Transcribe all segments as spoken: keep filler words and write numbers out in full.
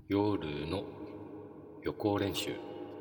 夜の予行練習。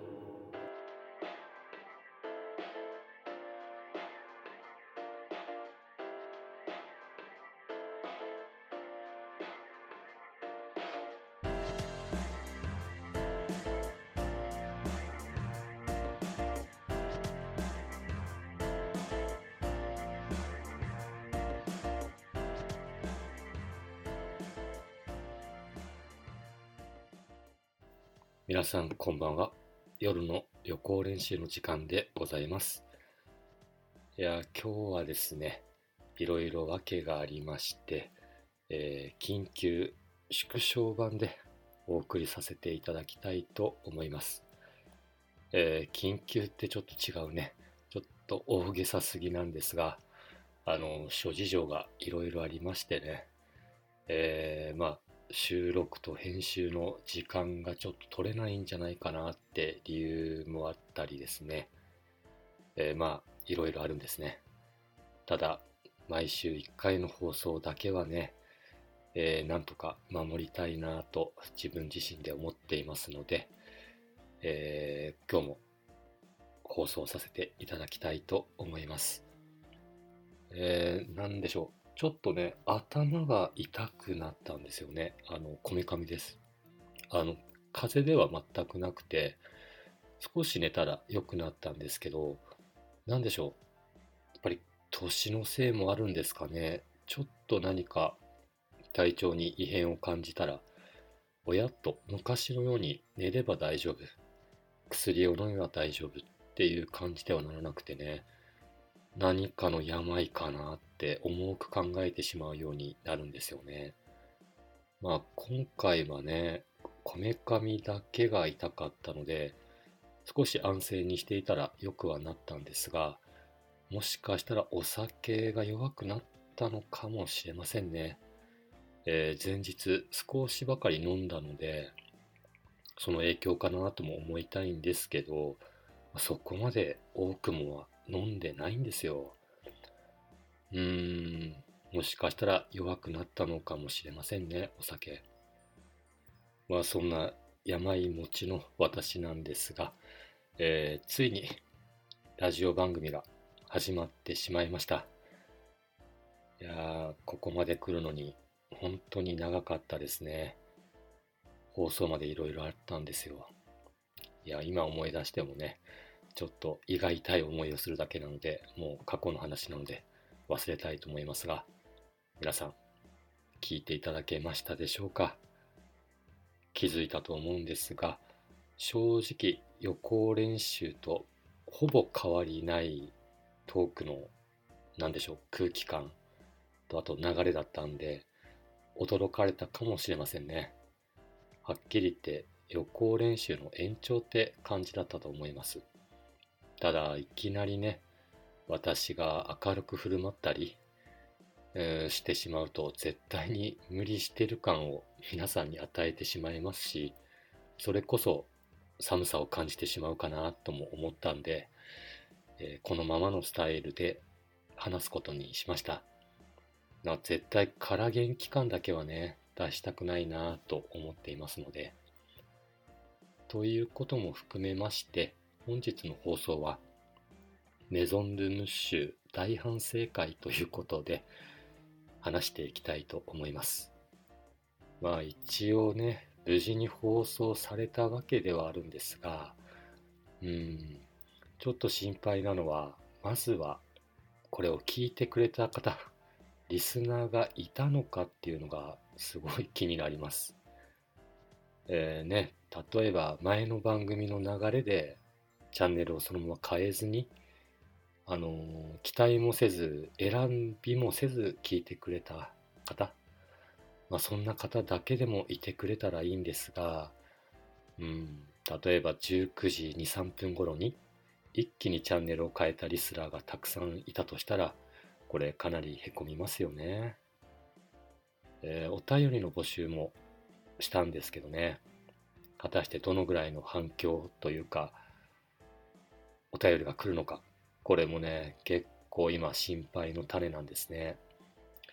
皆さんこんばんは。夜の予行練習の時間でございます。いや今日はですね、いろいろ訳がありまして、えー緊急縮小版でお送りさせていただきたいと思います。えー緊急ってちょっと違うね。ちょっと大げさすぎなんですが、あの諸事情がいろいろありましてね、えーまあ収録と編集の時間がちょっと取れないんじゃないかなって理由もあったりですね、えーまあいろいろあるんですね。ただ毎週いっかいの放送だけはね、えーなんとか守りたいなと自分自身で思っていますので、えー今日も放送させていただきたいと思います。えー、なんでしょう。ちょっとね、頭が痛くなったんですよね。あの、こめかみです。あの、風邪では全くなくて、少し寝たら良くなったんですけど、なんでしょう。やっぱり年のせいもあるんですかね。ちょっと何か体調に異変を感じたら、おやっと昔のように寝れば大丈夫、薬を飲めば大丈夫っていう感じではならなくてね、何かの病かなって重く考えてしまうようになるんですよね。まあ今回はね、こめかみだけが痛かったので、少し安静にしていたら良くはなったんですが、もしかしたらお酒が弱くなったのかもしれませんね。えー前日少しばかり飲んだので、その影響かなとも思いたいんですけど、そこまで多くもは飲んでないんですよ。うーん、もしかしたら弱くなったのかもしれませんね、お酒。まあそんな病持ちの私なんですが、えーついにラジオ番組が始まってしまいました。いやー、ここまで来るのに本当に長かったですね。放送までいろいろあったんですよ。いや、今思い出してもね、ちょっと胃が痛い思いをするだけなので、もう過去の話なので忘れたいと思いますが、皆さん聞いていただけましたでしょうか。気づいたと思うんですが、正直予行練習とほぼ変わりないトークの、なんでしょう、空気感とあと流れだったんで、驚かれたかもしれませんね。はっきり言って予行練習の延長って感じだったと思います。ただいきなりね、私が明るく振る舞ったり、えーしてしまうと絶対に無理してる感を皆さんに与えてしまいますし、それこそ寒さを感じてしまうかなとも思ったんで、えーこのままのスタイルで話すことにしました。な絶対空元気感だけはね、出したくないなと思っていますので、ということも含めまして、本日の放送はメゾン・ル・ムッシュ大反省会ということで話していきたいと思います。まあ一応ね、無事に放送されたわけではあるんですが、うーん、ちょっと心配なのは、まずはこれを聞いてくれた方、リスナーがいたのかっていうのがすごい気になります。えーね、例えば前の番組の流れでチャンネルをそのまま変えずに、あのー期待もせず、選びもせず聞いてくれた方、まあそんな方だけでもいてくれたらいいんですが、うん、例えばじゅうくじに、さんぷん頃に一気にチャンネルを変えたリスナーがたくさんいたとしたら、これかなりへこみますよね。えーお便りの募集もしたんですけどね、果たしてどのぐらいの反響というか、お便りが来るのか、これもね、結構今心配の種なんですね。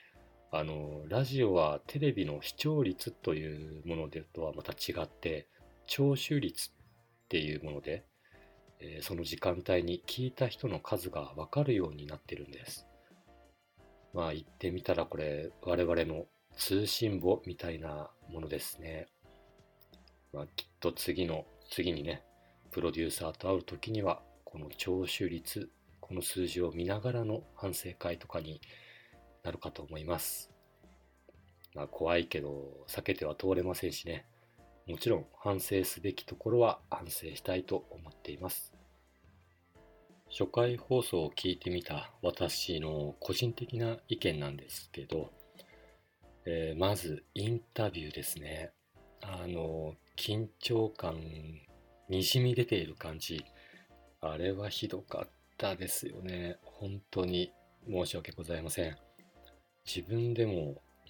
あの、ラジオはテレビの視聴率というものでとはまた違って、聴取率っていうもので、えーその時間帯に聞いた人の数がわかるようになってるんです。まあ言ってみたらこれ我々の通信簿みたいなものですね。まあきっと次の次にね、プロデューサーと会う時にはこの聴取率、この数字を見ながらの反省会とかになるかと思います。まあ怖いけど避けては通れませんしね。もちろん反省すべきところは反省したいと思っています。初回放送を聞いてみた私の個人的な意見なんですけど、えーまずインタビューですね。あの、緊張感にじみ出ている感じ。あれはひどかったですよね。本当に申し訳ございません。自分でも、うん、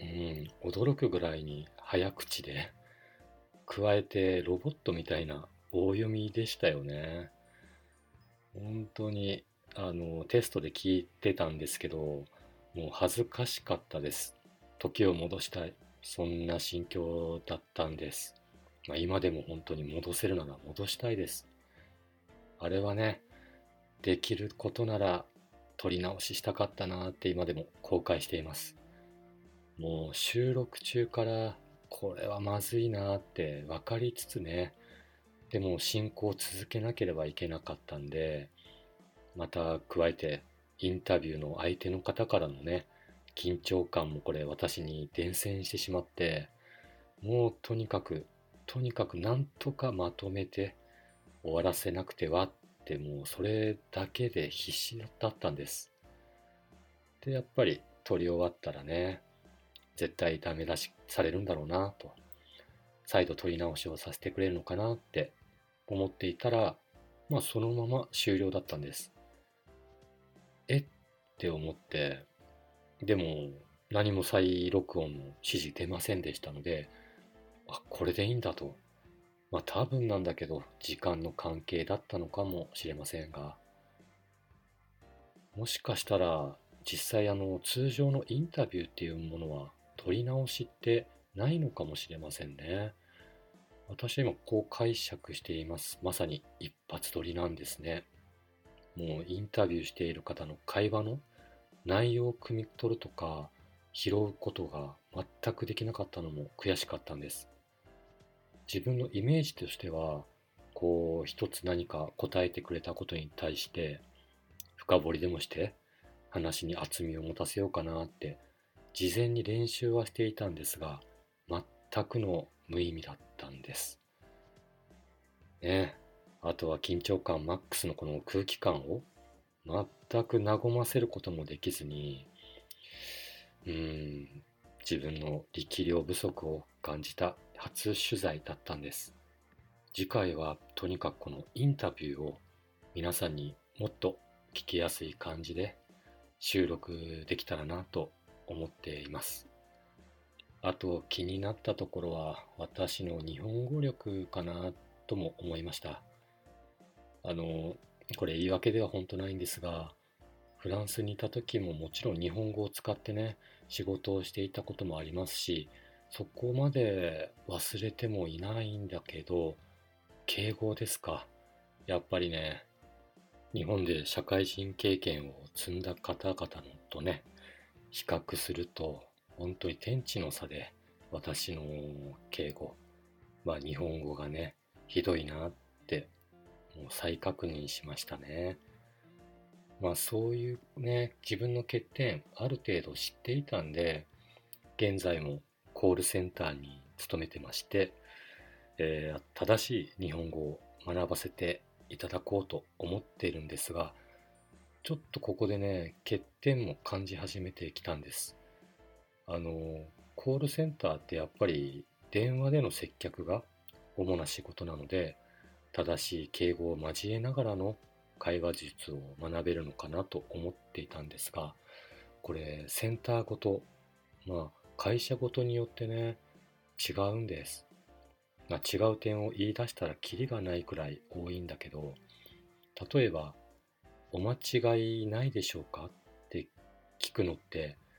驚くぐらいに早口で、加えてロボットみたいな棒読みでしたよね。本当に、あの、テストで聞いてたんですけど、もう恥ずかしかったです。時を戻したい。そんな心境だったんです。まあ、今でも本当に戻せるなら戻したいです。あれはね、できることなら撮り直ししたかったなって今でも後悔しています。もう収録中からこれはまずいなって分かりつつね、でも進行を続けなければいけなかったんで、また加えてインタビューの相手の方からのね、緊張感もこれ私に伝染してしまって、もうとにかく、とにかくなんとかまとめて終わらせなくてはって、もうそれだけで必死だったんです。で、やっぱり撮り終わったらね、絶対ダメ出しされるんだろうなと、再度撮り直しをさせてくれるのかなって思っていたら、まあそのまま終了だったんです。えって思って、でも何も再録音の指示出ませんでしたので、あ、これでいいんだと。まあ多分なんだけど、時間の関係だったのかもしれませんが、もしかしたら実際あの通常のインタビューっていうものは取り直しってないのかもしれませんね。私は今こう解釈しています。まさに一発撮りなんですね。もうインタビューしている方の会話の内容を汲み取るとか拾うことが全くできなかったのも悔しかったんです。自分のイメージとしては、こう一つ何か答えてくれたことに対して深掘りでもして話に厚みを持たせようかなって事前に練習はしていたんですが、全くの無意味だったんですね。あとは緊張感マックスのこの空気感を全く和ませることもできずに、うーん、自分の力量不足を感じた初取材だったんです。次回はとにかくこのインタビューを皆さんにもっと聞きやすい感じで収録できたらなと思っています。あと気になったところは私の日本語力かなとも思いました。あの、これ言い訳では本当ないんですが、フランスにいた時ももちろん日本語を使ってね、仕事をしていたこともありますし、そこまで忘れてもいないんだけど、敬語ですか。やっぱりね、日本で社会人経験を積んだ方々のとね、比較すると、本当に天地の差で、私の敬語、まあ日本語がね、ひどいなって、もう再確認しましたね。まあそういうね、自分の欠点、ある程度知っていたんで、現在もコールセンターに勤めてまして、えー正しい日本語を学ばせていただこうと思っているんですが、ちょっとここでね、欠点も感じ始めてきたんです。あの、コールセンターってやっぱり電話での接客が主な仕事なので、正しい敬語を交えながらの会話術を学べるのかなと思っていたんですが、これセンターごと、まあ会社ごとによってね、違うんです。まあ、違う点を言い出したらキリがないくらい多いんだけど、例えば、お間違いないでしょうかって聞くのって、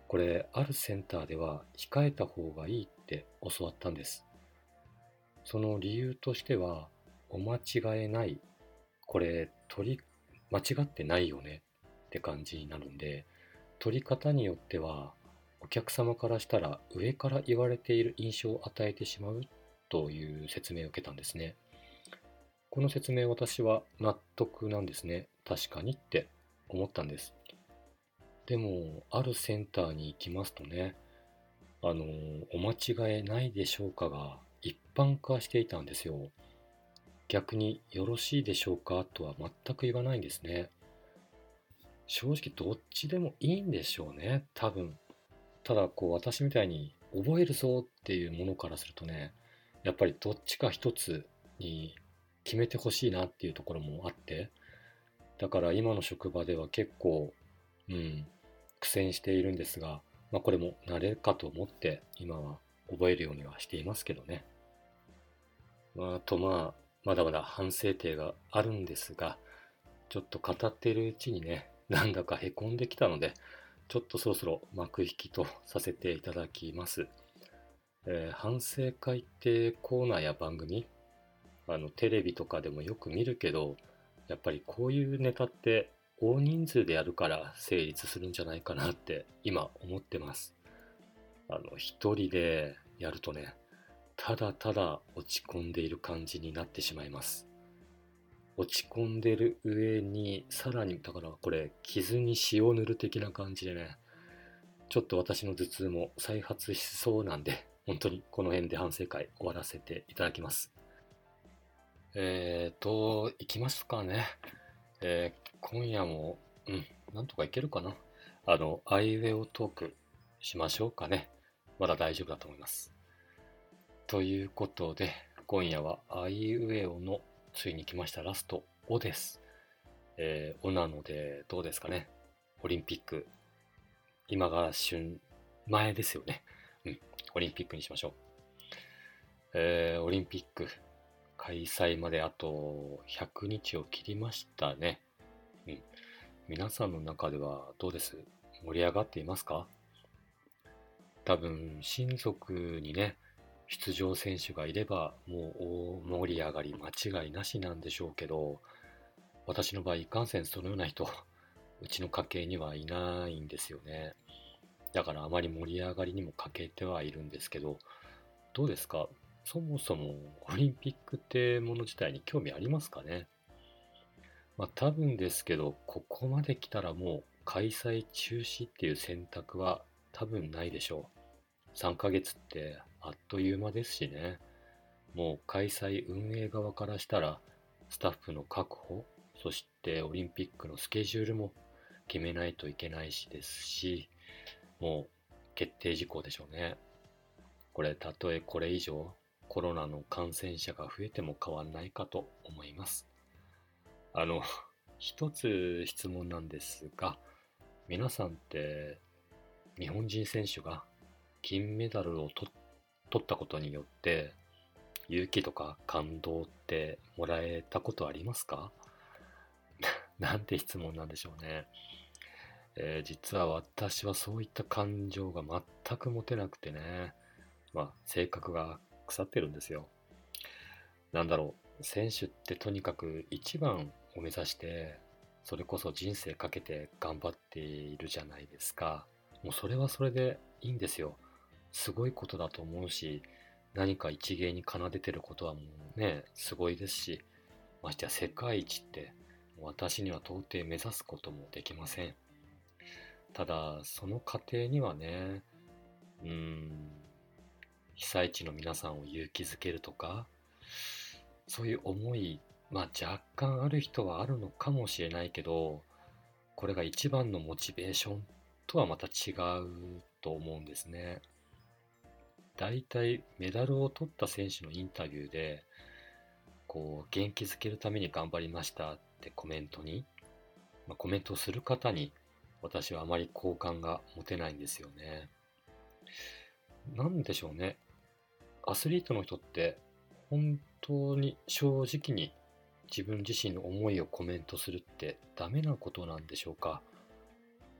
これ、あるセンターでは控えた方がいいって教わったんです。その理由としては、お間違えない、これ、取り、間違ってないよねって感じになるんで、取り方によっては、お客様からしたら上から言われている印象を与えてしまうという説明を受けたんですね。この説明、私は納得なんですね。確かにって思ったんです。でも、あるセンターに行きますとね、あの、お間違えないでしょうかが一般化していたんですよ。逆によろしいでしょうかとは全く言わないんですね。正直どっちでもいいんでしょうね、多分。ただ、こう、私みたいに覚えるぞっていうものからするとね、やっぱりどっちか一つに決めてほしいなっていうところもあって、だから今の職場では結構、うん、苦戦しているんですが、まあこれも慣れかと思って今は覚えるようにはしていますけどね。まあ、あとまあ、まだまだ反省点があるんですが、ちょっと語っているうちにね、なんだかへこんできたので、ちょっとそろそろ幕引きとさせていただきます。えー反省会ってコーナーや番組、あのテレビとかでもよく見るけど、やっぱりこういうネタって大人数でやるから成立するんじゃないかなって今思ってます。あの一人でやるとね、ただただ落ち込んでいる感じになってしまいます。落ち込んでる上にさらに、だからこれ傷に塩を塗る的な感じでね、ちょっと私の頭痛も再発しそうなんで、本当にこの辺で反省会終わらせていただきます。えーと、行きますかね。えー今夜も、うん、なんとかいけるかな。あの、アイウェオトークしましょうかね。まだ大丈夫だと思います。ということで、今夜はアイウェオのついに来ましたラストオです。えー、オなのでどうですかね。オリンピック、今が旬、前ですよね。うん、オリンピックにしましょう。えー、オリンピック開催まであとひゃくにちを切りましたね。うん、皆さんの中ではどうです？盛り上がっていますか？多分、親族にね、出場選手がいれば、もう大盛り上がり間違いなしなんでしょうけど、私の場合、いかんせんそのような人、うちの家系にはいないんですよね。だからあまり盛り上がりにも欠けてはいるんですけど、どうですか？そもそもオリンピックってもの自体に興味ありますかね？まあ多分ですけど、ここまで来たらもう開催中止っていう選択は多分ないでしょう。さんかげつってあっという間ですしね。もう開催運営側からしたら、スタッフの確保、そしてオリンピックのスケジュールも決めないといけないしですし、もう決定事項でしょうね。これ、たとえこれ以上コロナの感染者が増えても変わんないかと思います。あの、一つ質問なんですが、皆さんって日本人選手が金メダルをと取ったことによって勇気とか感動ってもらえたことありますか？なんて質問なんでしょうね。えー実は私はそういった感情が全く持てなくてね。まあ、性格が腐ってるんですよ。なんだろう、選手ってとにかく一番を目指して、それこそ人生かけて頑張っているじゃないですか。もうそれはそれでいいんですよ。すごいことだと思うし、何か一芸に奏でてることはもうね、すごいですし、ましてや世界一って、私には到底目指すこともできません。ただ、その過程にはね、うーん、被災地の皆さんを勇気づけるとか、そういう思い、まあ若干ある人はあるのかもしれないけど、これが一番のモチベーションとはまた違うと思うんですね。大体メダルを取った選手のインタビューで、こう元気づけるために頑張りましたってコメントに、まあ、コメントをする方に私はあまり好感が持てないんですよね。なんでしょうね。アスリートの人って本当に正直に自分自身の思いをコメントするってダメなことなんでしょうか。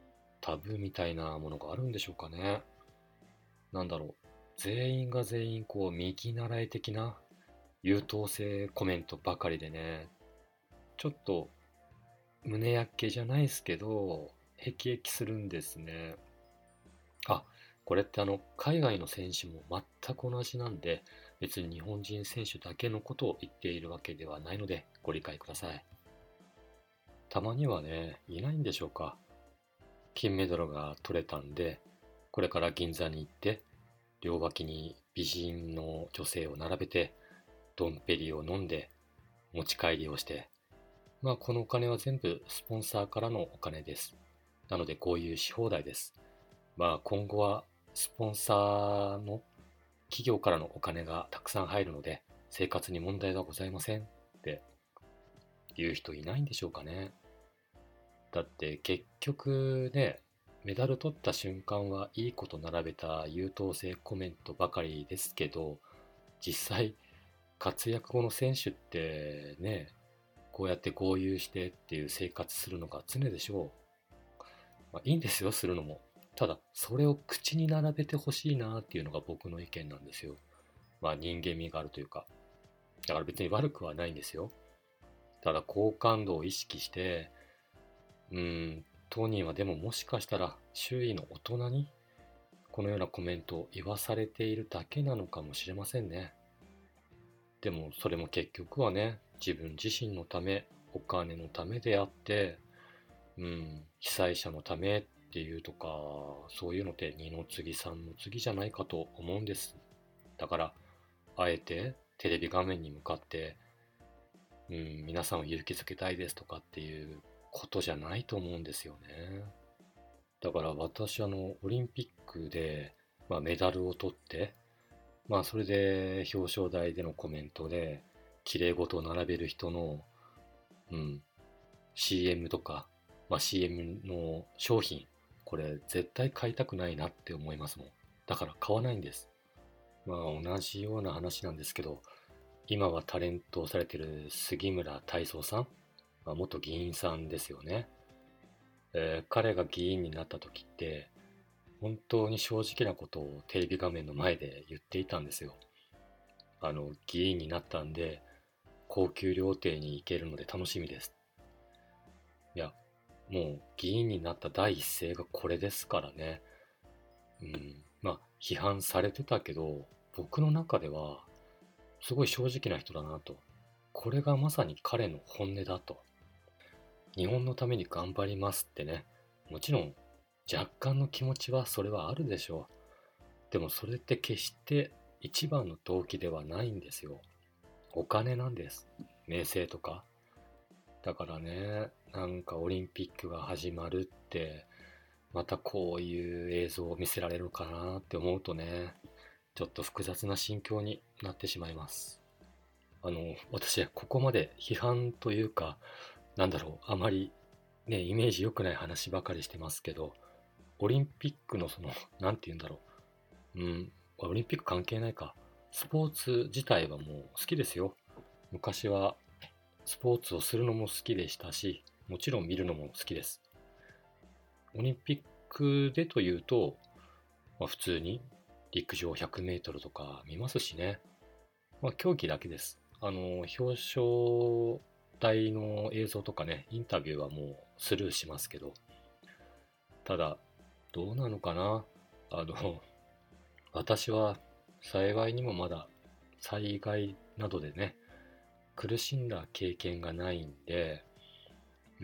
タブーみたいなものがあるんでしょうかね。なんだろう。全員が全員こう右習い的な優等生コメントばかりでね、ちょっと胸焼けじゃないですけど、へきへきするんですね。あ、これってあの、海外の選手も全く同じなんで、別に日本人選手だけのことを言っているわけではないので、ご理解ください。たまにはね、いないんでしょうか。金メダルが取れたんで、これから銀座に行って、両脇に美人の女性を並べて、ドンペリを飲んで、持ち帰りをして、まあこのお金は全部スポンサーからのお金です。なのでこういうし放題です。まあ今後はスポンサーの企業からのお金がたくさん入るので、生活に問題はございませんって言う人いないんでしょうかね。だって結局ね、メダル取った瞬間はいいこと並べた優等生コメントばかりですけど、実際活躍後の選手ってね、こうやって豪遊してっていう生活するのが常でしょう。まあ、いいんですよ、するのも。ただ、それを口に並べてほしいなっていうのが僕の意見なんですよ。まあ人間味があるというか。だから別に悪くはないんですよ。ただ好感度を意識して、うーん、当人はでももしかしたら周囲の大人にこのようなコメントを言わされているだけなのかもしれませんね。でもそれも結局はね、自分自身のため、お金のためであって、うん、被災者のためっていうとか、そういうのって二の次三の次じゃないかと思うんです。だから、あえてテレビ画面に向かって、うん、皆さんを勇気づけたいですとかっていうことじゃないと思うんですよね。だから私、あの、オリンピックで、まあ、メダルを取って、まあ、それで表彰台でのコメントで、綺麗事を並べる人の、うん、シーエム とか、まあ、シーエム の商品、これ絶対買いたくないなって思いますもん。だから買わないんです。まあ、同じような話なんですけど、今はタレントをされている杉村太蔵さん、まあ、元議員さんですよね。えー彼が議員になった時って、本当に正直なことをテレビ画面の前で言っていたんですよ。あの、議員になったんで、高級料亭に行けるので楽しみです。いや、もう議員になった第一声がこれですからね。うん。まあ、批判されてたけど、僕の中では、すごい正直な人だなと。これがまさに彼の本音だと。日本のために頑張りますってね。もちろん、若干の気持ちはそれはあるでしょう。でもそれって決して一番の動機ではないんですよ。お金なんです。名声とか。だからね、なんかオリンピックが始まるって、またこういう映像を見せられるかなって思うとね、ちょっと複雑な心境になってしまいます。あの、私、ここまで批判というか、なんだろう、あまりね、イメージ良くない話ばかりしてますけど、オリンピックのその、なんて言うんだろう、うん、オリンピック関係ないか。スポーツ自体はもう好きですよ。昔はスポーツをするのも好きでしたし、もちろん見るのも好きです。オリンピックでというと、まあ、普通に陸上ひゃくメートルとか見ますしね。まあ、競技だけです。あの、表彰台の映像とかね、インタビューはもうスルーしますけど、ただ、どうなのかな。あの、私は幸いにもまだ災害などでね、苦しんだ経験がないんで、うん、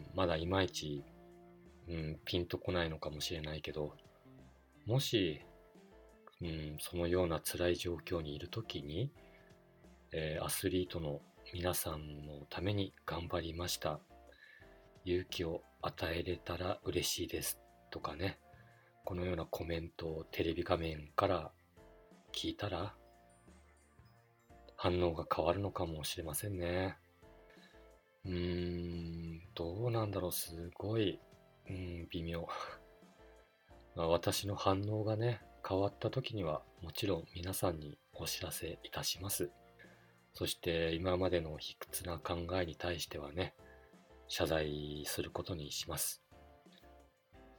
まだいまいち、うん、ピンとこないのかもしれないけど、もし、うん、そのような辛い状況にいるときに、えーアスリートの皆さんのために頑張りました。勇気を与えれたら嬉しいですとかね、このようなコメントをテレビ画面から聞いたら反応が変わるのかもしれませんね。うーん、どうなんだろう、すごい、うん、微妙。まあ、私の反応がね、変わった時にはもちろん皆さんにお知らせいたします。そして今までの卑屈な考えに対してはね、謝罪することにします。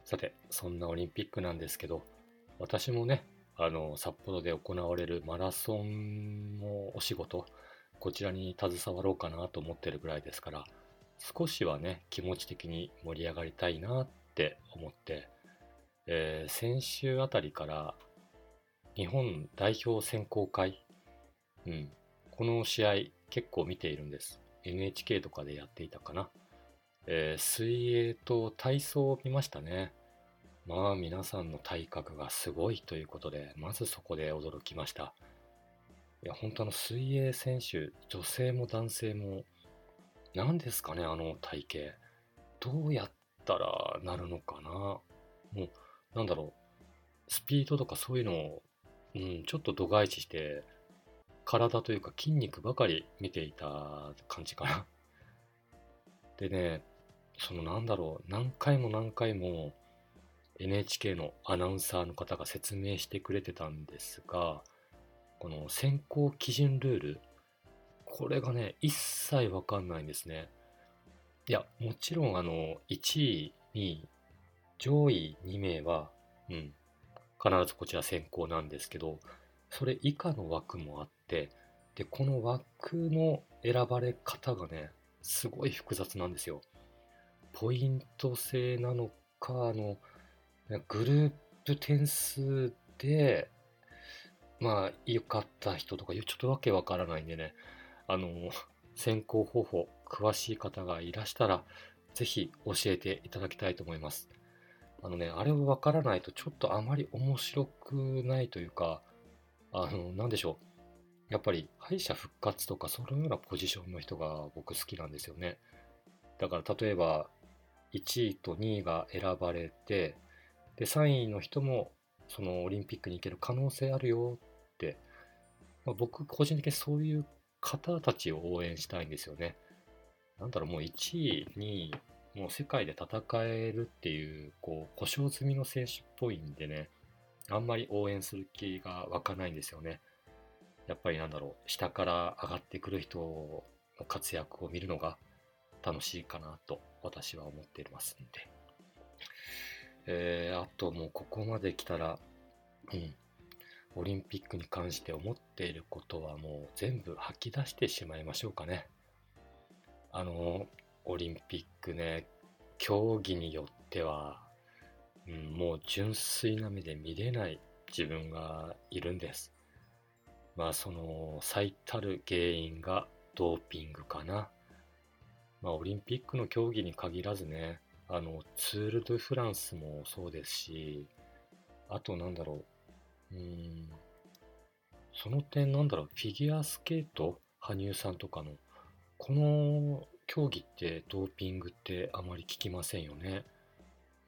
さて、そんなオリンピックなんですけど、私もね、あの、札幌で行われるマラソンのお仕事、こちらに携わろうかなと思ってるぐらいですから、少しはね、気持ち的に盛り上がりたいなって思って、えー先週あたりから日本代表選考会、うん、この試合結構見ているんです。エヌエイチケー とかでやっていたかな。えー水泳と体操を見ましたね。まあ皆さんの体格がすごいということで、まずそこで驚きました。いや、本当あの水泳選手、女性も男性も、何ですかね、あの体型。どうやったらなるのかな。もう、なんだろう、スピードとかそういうのを、うん、ちょっと度外視して、体というか筋肉ばかり見ていた感じかな。でね、そのなんだろう、何回も何回も エヌエイチケー のアナウンサーの方が説明してくれてたんですが、この選考基準ルール、これがね、一切わかんないんですね。いや、もちろんあの、いちいに上位に名は、うん、必ずこちら選考なんですけど、それ以下の枠もあって、で、この枠の選ばれ方がね、すごい複雑なんですよ。ポイント制なのか、あの、グループ点数で、まあ、良かった人とか、ちょっとわけわからないんでね、あの、選考方法、詳しい方がいらしたら、ぜひ教えていただきたいと思います。あのね、あれをわからないと、ちょっとあまり面白くないというか、あの、なんでしょう。やっぱり敗者復活とかそのようなポジションの人が僕好きなんですよね。だから例えばいちいとにいが選ばれて、でさんいの人もそのオリンピックに行ける可能性あるよって、まあ、僕個人的にそういう方たちを応援したいんですよね。なんだろう、もういちいにもう世界で戦えるっていう、こう、故障済みの選手っぽいんでね、あんまり応援する気が湧かないんですよね。やっぱりなんだろう、下から上がってくる人の活躍を見るのが楽しいかなと私は思っていますんで。えー、あともうここまで来たら、うん、オリンピックに関して思っていることはもう全部吐き出してしまいましょうかね。あの、オリンピックね、競技によっては、うん、もう純粋な目で見れない自分がいるんです。まあその最たる原因がドーピングかな。まあオリンピックの競技に限らずね、あのツール・ドゥ・フランスもそうですし、あとなんだろう、うーん、その点なんだろう、フィギュアスケート、羽生さんとかの、この競技ってドーピングってあまり聞きませんよね。うん、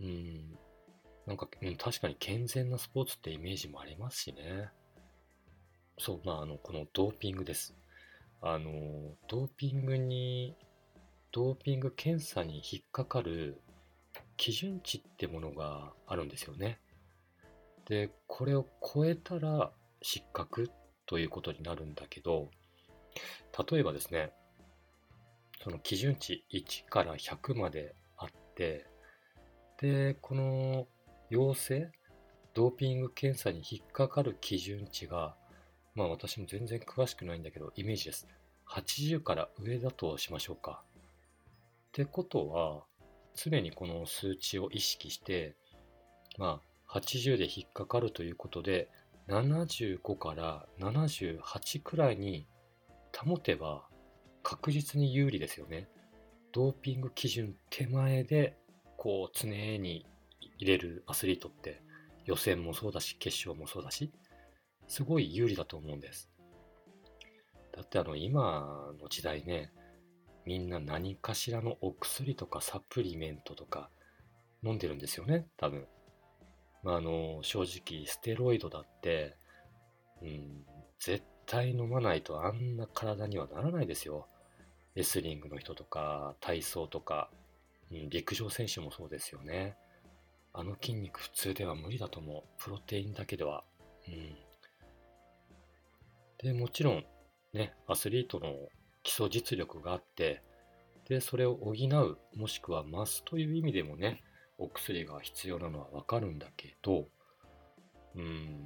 なんか、うん、確かに健全なスポーツってイメージもありますしね。そう、まああの、このドーピングです。あの、ドーピングに、ドーピング検査に引っかかる基準値ってものがあるんですよね。で、これを超えたら失格ということになるんだけど、例えばですね、その基準値いちからひゃくまであって、で、この陽性、ドーピング検査に引っかかる基準値が、まあ私も全然詳しくないんだけど、イメージです。はちじゅうから上だとしましょうか。ってことは、常にこの数値を意識して、まあ、はちじゅうで引っかかるということで、ななじゅうごからななじゅうはちくらいに保てば確実に有利ですよね。ドーピング基準手前で、こう、常に入れるアスリートって、予選もそうだし、決勝もそうだし、すごい有利だと思うんです。だってあの、今の時代ね、みんな何かしらのお薬とかサプリメントとか飲んでるんですよね、多分。まあ、あの、正直、ステロイドだって、うん、絶対飲まないとあんな体にはならないですよ。レスリングの人とか、体操とか、うん、陸上選手もそうですよね。あの筋肉普通では無理だと思う。プロテインだけでは。うん。で、もちろん、ね、アスリートの基礎実力があって、で、それを補う、もしくは増すという意味でもね、 お薬が必要なのはわかるんだけど、うん、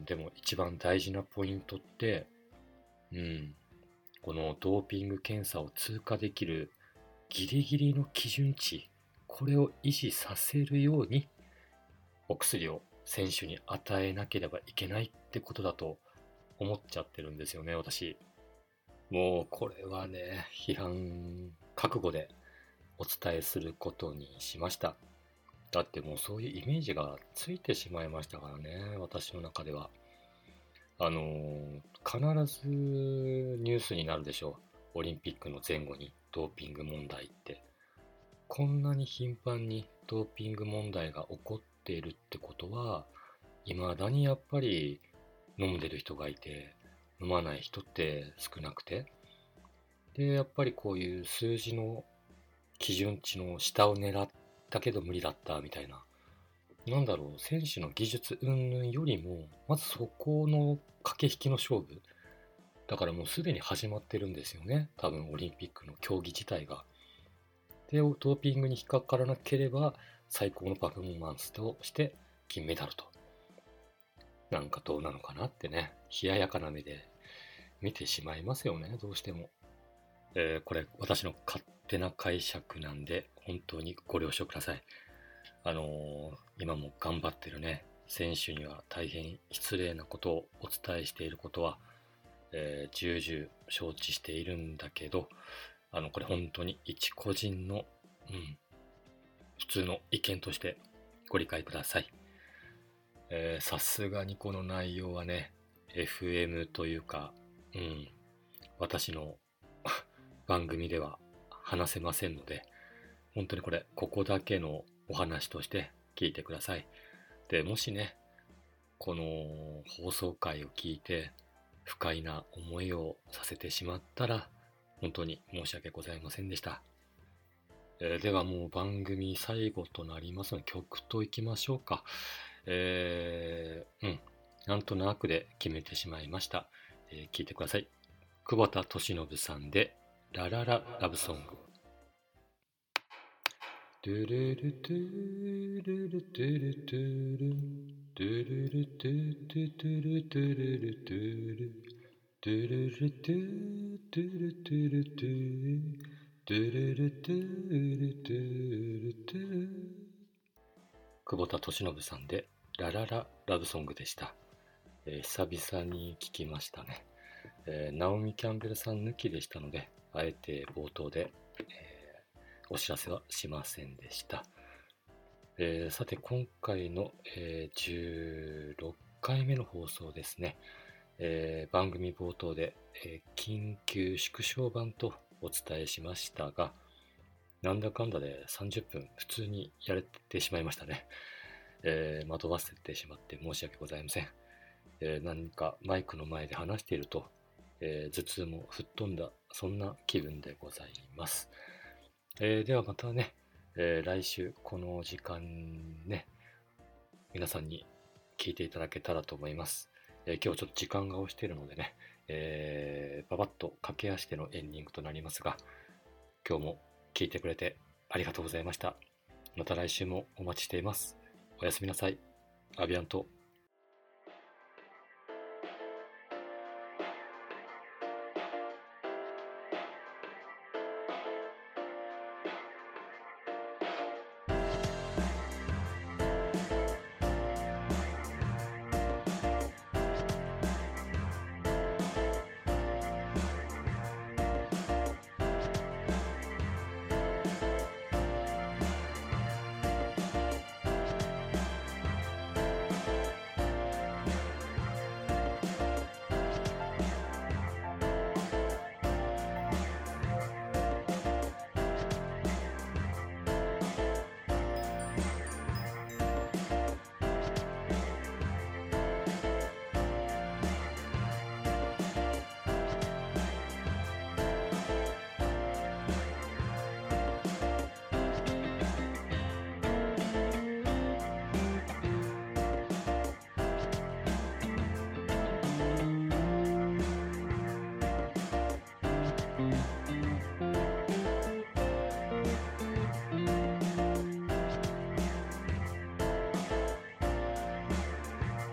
でも一番大事なポイントって、うん、このドーピング検査を通過できるギリギリの基準値、これを維持させるようにお薬を選手に与えなければいけないってことだと思っちゃってるんですよね、私。もうこれはね、批判覚悟でお伝えすることにしました。だってもうそういうイメージがついてしまいましたからね、私の中では。あのー必ずニュースになるでしょう。オリンピックの前後にドーピング問題って。こんなに頻繁にドーピング問題が起こっているってことは、未だにやっぱり飲んでる人がいて、飲まない人って少なくて。で、やっぱりこういう数字の基準値の下を狙ったけど無理だったみたいな。なんだろう、選手の技術云々よりも、まずそこの駆け引きの勝負。だからもうすでに始まってるんですよね。多分オリンピックの競技自体が。で、ドーピングに引っかからなければ最高のパフォーマンスとして金メダルと。なんかどうなのかなってね、冷ややかな目で見てしまいますよね、どうしても。えーこれ私の勝手な解釈なんで、本当にご了承ください。あのー今も頑張ってるね、選手には大変失礼なことをお伝えしていることは、えー重々承知しているんだけど、あの、これ本当に一個人の、うん、普通の意見としてご理解ください。えーさすがにこの内容はね、エフエム というか、うん、私の番組では話せませんので、本当にこれ、ここだけのお話として聞いてください。で、もしね、この放送回を聞いて、不快な思いをさせてしまったら、本当に申し訳ございませんでした。えーではもう番組最後となりますので、曲といきましょうか。えー、うん、なんとなくで決めてしまいました。えー聞いてください。久保田利伸さんで、ララララブソング。ドゥルルドゥルルドゥルドゥルドゥルルドゥドゥドゥルドゥルルドゥルドゥルルドゥドゥルドゥルドゥドゥルルドゥルドゥルドゥ。久保田利伸さんでララララブソングでした。えー久々に聞きましたね。えーナオミ・キャンベルさん抜きでしたので、あえて冒頭で、えーお知らせはしませんでした。えーさて今回の、えーじゅうろっかいめの放送ですね。えー番組冒頭で、えー緊急縮小版とお伝えしましたが、なんだかんだでさんじゅっぷん普通にやれてしまいましたね。えー惑わせてしまって申し訳ございません。えー何かマイクの前で話していると、えー頭痛も吹っ飛んだ、そんな気分でございます。えーではまたね、えー来週この時間ね、皆さんに聞いていただけたらと思います。えー今日ちょっと時間が押しているのでね、えー、ばばっと駆け足でのエンディングとなりますが、今日も聞いてくれてありがとうございました。また来週もお待ちしています。おやすみなさい。アビアント。